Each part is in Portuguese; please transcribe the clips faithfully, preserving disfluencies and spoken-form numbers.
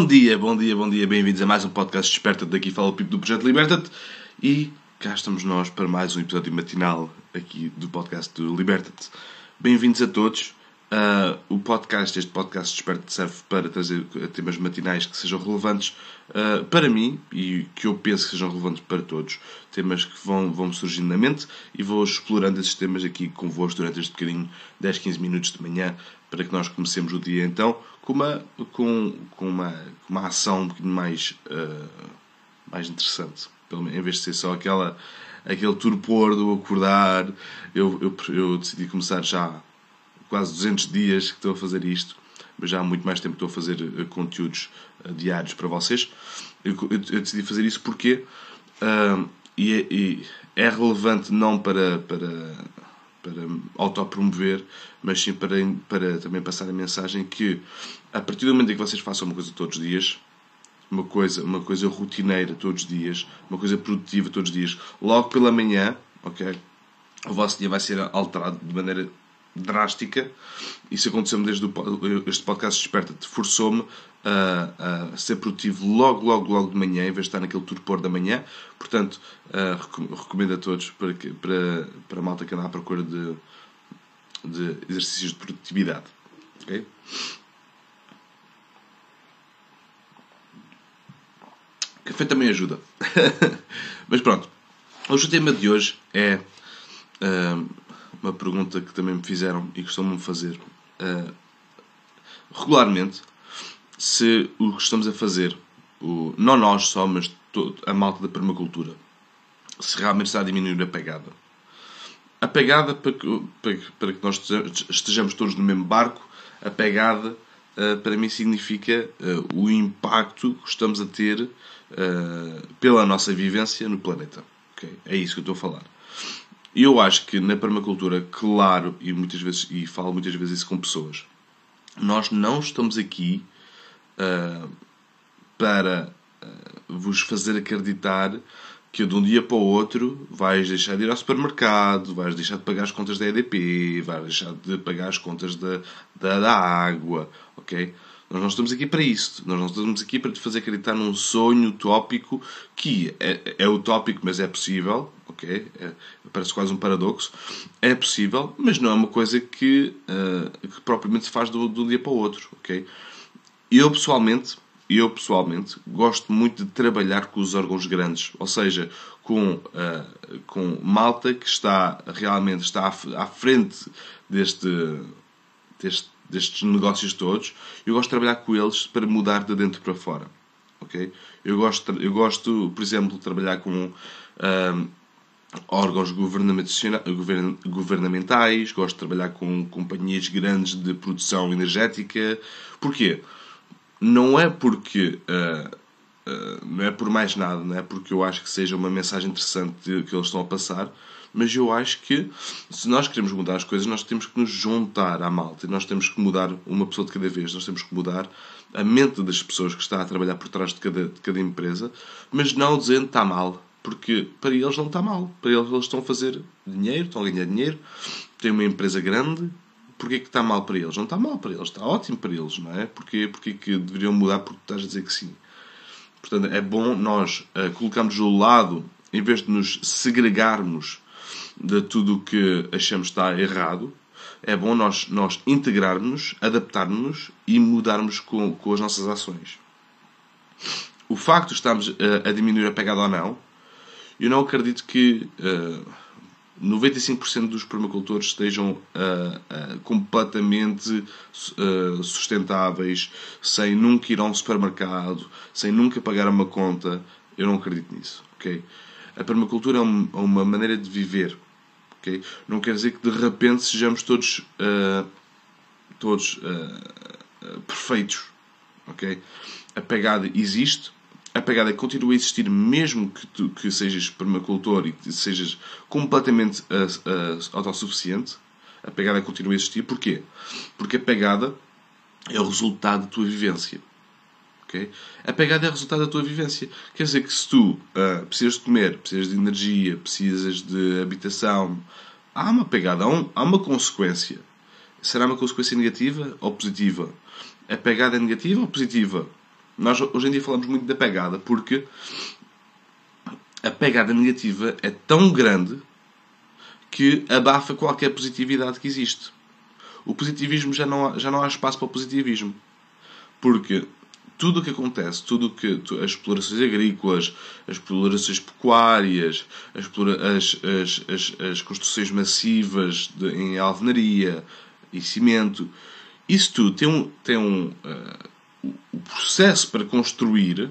Bom dia, bom dia, bom dia, bem-vindos a mais um podcast Desperta-te. Daqui fala o Pipo do Projeto Liberta-te e cá estamos nós para mais um episódio matinal aqui do podcast do Liberta-te. Bem-vindos a todos. Uh, o podcast, este podcast Desperta-te serve para trazer temas matinais que sejam relevantes uh, para mim e que eu penso que sejam relevantes para todos. Temas que vão, vão surgindo na mente e vou explorando esses temas aqui convosco durante este bocadinho, dez, quinze minutos de manhã, para que nós comecemos o dia então com uma, com, com uma, com uma ação um bocadinho mais, uh, mais interessante. Pelo menos, em vez de ser só aquela, aquele torpor do acordar, eu, eu, eu decidi começar já quase duzentos dias que estou a fazer isto, mas já há muito mais tempo que estou a fazer uh, conteúdos uh, diários para vocês. Eu, eu, eu decidi fazer isso porque uh, e, é, e é relevante não para, para, para autopromover, mas sim para, para também passar a mensagem que a partir do momento em que vocês façam uma coisa todos os dias, uma coisa, uma coisa rotineira todos os dias, uma coisa produtiva todos os dias, logo pela manhã, ok, o vosso dia vai ser alterado de maneira drástica. Isso aconteceu-me desde o, este podcast Desperta-te, forçou-me a, a ser produtivo logo, logo, logo de manhã, em vez de estar naquele torpor da manhã. Portanto, uh, recomendo a todos para, que, para, para a malta que anda à procura de, de exercícios de produtividade. Ok? Café também ajuda. Mas pronto. Hoje o tema de hoje é uh, uma pergunta que também me fizeram e costumam-me fazer uh, regularmente. Se o que estamos a fazer, o, não nós só, mas todo, a malta da permacultura, se realmente está a diminuir a pegada. A pegada, para que, para, para que nós estejamos todos no mesmo barco, a pegada uh, para mim significa uh, o impacto que estamos a ter uh, pela nossa vivência no planeta. Okay? É isso que eu estou a falar. E eu acho que na permacultura, claro, e muitas vezes, e falo muitas vezes isso com pessoas, nós não estamos aqui uh, para uh, vos fazer acreditar que de um dia para o outro vais deixar de ir ao supermercado, vais deixar de pagar as contas da E D P, vais deixar de pagar as contas da, da, da água, ok? Nós não estamos aqui para isso. Nós não estamos aqui para te fazer acreditar num sonho utópico que é, é utópico, mas é possível, ok? É, parece quase um paradoxo. É possível, mas não é uma coisa que, uh, que propriamente se faz de um dia para o outro, ok? Eu pessoalmente, eu pessoalmente gosto muito de trabalhar com os órgãos grandes, ou seja, com, uh, com malta que está realmente está à, à frente deste, deste destes negócios todos. Eu gosto de trabalhar com eles para mudar de dentro para fora. Okay? Eu, gosto, eu gosto, por exemplo, de trabalhar com um, órgãos governamentais, gosto de trabalhar com companhias grandes de produção energética. Porquê? Não é porque... Uh, uh, não é por mais nada, não é porque eu acho que seja uma mensagem interessante que eles estão a passar, mas eu acho que se nós queremos mudar as coisas, nós temos que nos juntar à malta. Nós temos que mudar uma pessoa de cada vez. Nós temos que mudar a mente das pessoas que está a trabalhar por trás de cada, de cada empresa, mas não dizendo que está mal. Porque para eles não está mal. Para eles, eles estão a fazer dinheiro, estão a ganhar dinheiro, têm uma empresa grande. Porquê que está mal para eles? Não está mal para eles, está ótimo para eles, não é? Porquê, porquê que deveriam mudar porque tu estás a dizer que sim? Portanto, é bom nós uh, colocarmos o lado, em vez de nos segregarmos de tudo o que achamos que está errado, é bom nós, nós integrarmos, adaptarmos e mudarmos com, com as nossas ações. O facto de estarmos a, a diminuir a pegada ou não, eu não acredito que uh, noventa e cinco por cento dos permacultores estejam uh, uh, completamente uh, sustentáveis, sem nunca ir a um supermercado, sem nunca pagar uma conta. Eu não acredito nisso. Okay? A permacultura é uma maneira de viver. Okay? Não quer dizer que de repente sejamos todos, uh, todos uh, uh, perfeitos. Okay? A pegada existe. A pegada continua a existir mesmo que, tu, que sejas permacultor e que sejas completamente uh, uh, autossuficiente. A pegada continua a existir. Porquê? Porque a pegada é o resultado da tua vivência. Okay? A pegada é o resultado da tua vivência. Quer dizer que se tu uh, precisas de comer, precisas de energia, precisas de habitação, há uma pegada, há, um, há uma consequência. Será uma consequência negativa ou positiva? A pegada é negativa ou positiva? Nós hoje em dia falamos muito da pegada porque a pegada negativa é tão grande que abafa qualquer positividade que existe. O positivismo já não há, já não há espaço para o positivismo. Porque tudo o que acontece, tudo o que as explorações agrícolas, as explorações pecuárias, as, as, as, as construções massivas de, em alvenaria e cimento, isso tudo tem um, tem um uh, o processo para construir,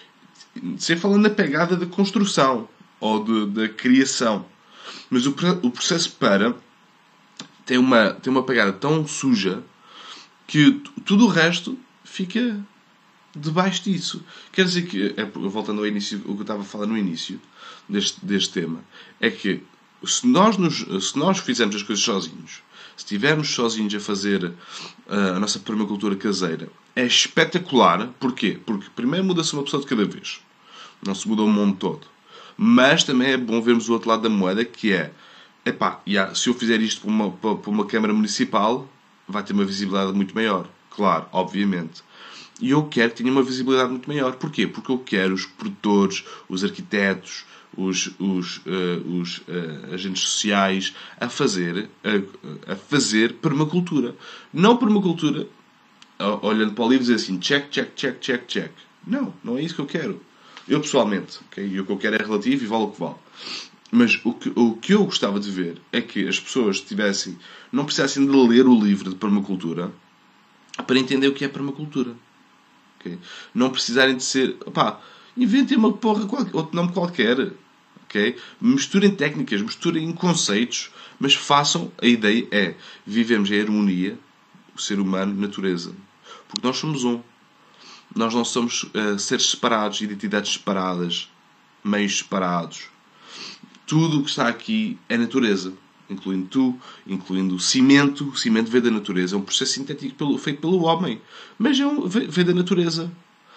sem falando da pegada da construção ou de, da criação, mas o, o processo para tem uma, tem uma pegada tão suja que tudo o resto fica debaixo disso. Quer dizer que, voltando ao início, o que eu estava a falar no início deste, deste tema, é que se nós, nos, se nós fizermos as coisas sozinhos, se estivermos sozinhos a fazer a nossa permacultura caseira, é espetacular. Porquê? Porque primeiro muda-se uma pessoa de cada vez. Não se muda o mundo todo. Mas também é bom vermos o outro lado da moeda, que é, epá, yeah, se eu fizer isto para uma, para uma Câmara Municipal, vai ter uma visibilidade muito maior. Claro, obviamente. E eu quero que tenha uma visibilidade muito maior. Porquê? Porque eu quero os produtores, os arquitetos, os, os, uh, os uh, agentes sociais a fazer, a, a fazer permacultura. Não permacultura, olhando para o livro e dizer assim, check, check, check, check, check. Não, não é isso que eu quero. Eu pessoalmente, okay? E o que eu quero é relativo e vale o que vale. Mas o que, o que eu gostava de ver é que as pessoas tivessem, não precisassem de ler o livro de permacultura para entender o que é permacultura. Okay? Não precisarem de ser... Opá, inventem uma porra, outro nome qualquer. Okay? Misturem técnicas, misturem conceitos, mas façam... A ideia é vivemos em harmonia, o ser humano, natureza. Porque nós somos um. Nós não somos uh, seres separados, identidades separadas, meios separados. Tudo o que está aqui é natureza. Incluindo tu, incluindo o cimento. O cimento veio da natureza. É um processo sintético pelo, feito pelo homem. Mas é um, veio, veio da natureza.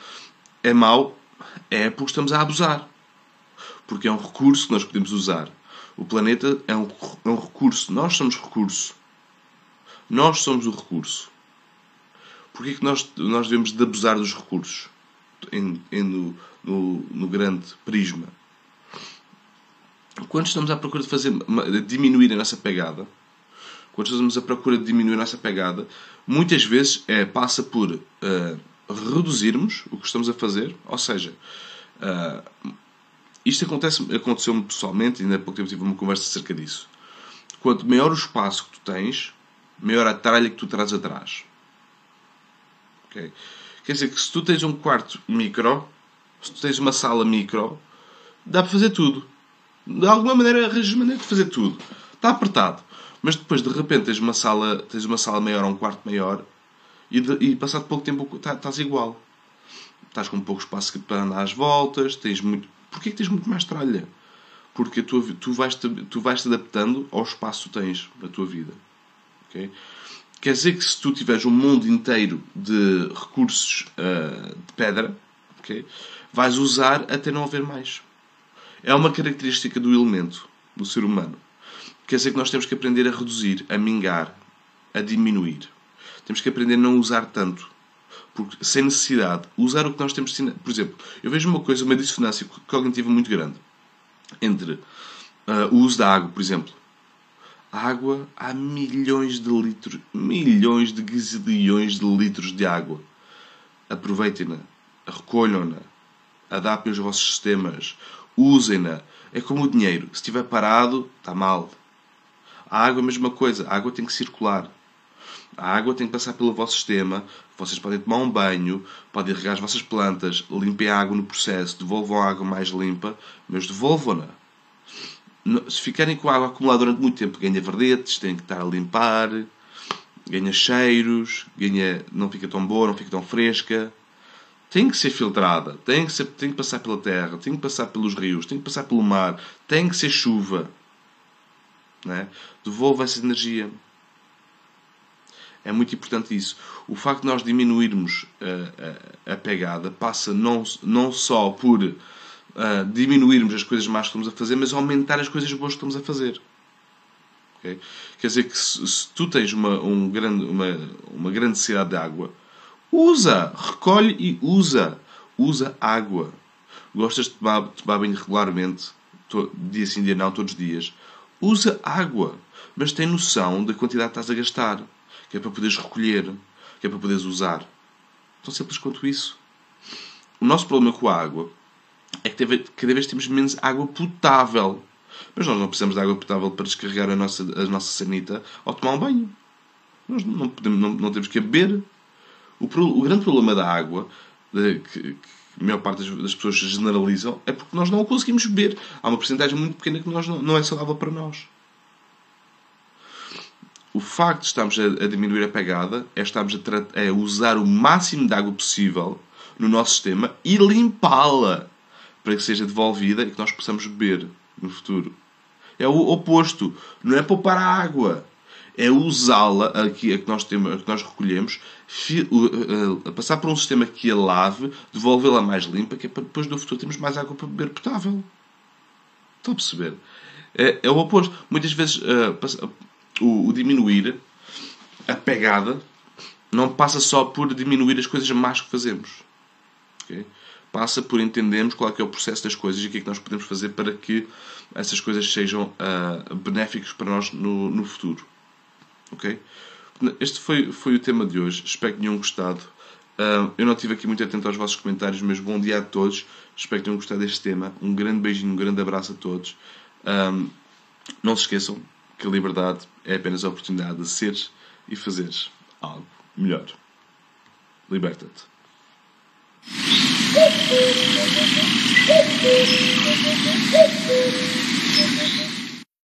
É mau? É porque estamos a abusar. Porque é um recurso que nós podemos usar. O planeta é um, é um recurso. Nós somos recurso. Nós somos o recurso. Porquê é que nós, nós devemos de abusar dos recursos? Em, em, no, no, no grande prisma. Quando estamos à procura de fazer, de diminuir a nossa pegada, quando estamos à procura de diminuir a nossa pegada, muitas vezes é, passa por uh, reduzirmos o que estamos a fazer. Ou seja, uh, isto acontece, aconteceu-me pessoalmente, e ainda há pouco tempo tive uma conversa acerca disso. Quanto maior o espaço que tu tens, maior a tralha que tu trazes atrás. Okay? Quer dizer que se tu tens um quarto micro, se tu tens uma sala micro, dá para fazer tudo. De alguma maneira arranjas maneira de fazer tudo. Está apertado. Mas depois de repente tens uma sala, tens uma sala maior ou um quarto maior e, de, e passado pouco tempo estás igual. Estás com pouco espaço para andar às voltas, tens muito... Porquê que tens muito mais tralha? Porque tu, tu vais-te tu vais-te adaptando ao espaço que tens na tua vida. Okay? Quer dizer que se tu tiveres um mundo inteiro de recursos uh, de pedra, okay, vais usar até não haver mais. É uma característica do elemento, do ser humano. Quer dizer que nós temos que aprender a reduzir, a mingar, a diminuir. Temos que aprender a não usar tanto. Porque, sem necessidade, usar o que nós temos... Por exemplo, eu vejo uma coisa, uma dissonância cognitiva muito grande entre uh, o uso da água, por exemplo. A água, há milhões de litros, milhões de gazilhões de litros de água. Aproveitem-na, recolham-na, adaptem os vossos sistemas, usem-na. É como o dinheiro. Se estiver parado, está mal. A água é a mesma coisa. A água tem que circular. A água tem que passar pelo vosso sistema. Vocês podem tomar um banho, podem regar as vossas plantas, limpem a água no processo, devolvam a água mais limpa, mas devolvam-na. Se ficarem com a água acumulada durante muito tempo, ganha verdetes, têm que estar a limpar, ganha cheiros, ganha, não fica tão boa, não fica tão fresca. Tem que ser filtrada, tem que, ser, tem que passar pela terra, tem que passar pelos rios, tem que passar pelo mar, tem que ser chuva. Não é? Devolva essa energia. É muito importante isso. O facto de nós diminuirmos a, a, a pegada passa não, não só por uh, diminuirmos as coisas más que estamos a fazer, mas aumentar as coisas boas que estamos a fazer. Okay? Quer dizer que se, se tu tens uma, um grande, uma, uma grande necessidade de água, Usa! Recolhe e usa. Usa água. Gostas de tomar, de tomar banho regularmente? Dia sim, dia não, todos os dias. Usa água. Mas tem noção da quantidade que estás a gastar. Que é para poderes recolher. Que é para poderes usar. Tão simples quanto isso. O nosso problema com a água é que cada vez temos menos água potável. Mas nós não precisamos de água potável para descarregar a nossa, a nossa sanita ou tomar um banho. Nós não, podemos, não, não temos que beber. O, o grande problema da água, de, que, que a maior parte das, das pessoas generalizam, é porque nós não a conseguimos beber. Há uma porcentagem muito pequena que nós não, não é saudável para nós. O facto de estarmos a, a diminuir a pegada é estarmos a, a usar o máximo de água possível no nosso sistema e limpá-la para que seja devolvida e que nós possamos beber no futuro. É o oposto. Não é poupar a água. É usá-la, a que, a que, nós temos, a que nós recolhemos, a passar por um sistema que a lave, devolvê-la mais limpa, que é para depois no futuro termos mais água para beber potável. Estão a perceber? É, é o oposto. Muitas vezes uh, o, o diminuir a pegada não passa só por diminuir as coisas más que fazemos. Okay? Passa por entendermos qual é, que é o processo das coisas e o que é que nós podemos fazer para que essas coisas sejam uh, benéficas para nós no, no futuro. Okay? Este foi, foi o tema de hoje. Espero que tenham gostado. Uh, eu não estive aqui muito atento aos vossos comentários, mas bom dia a todos. Espero que tenham gostado deste tema. Um grande beijinho, um grande abraço a todos. Um, não se esqueçam que a liberdade é apenas a oportunidade de seres e fazeres algo melhor. Liberta-te.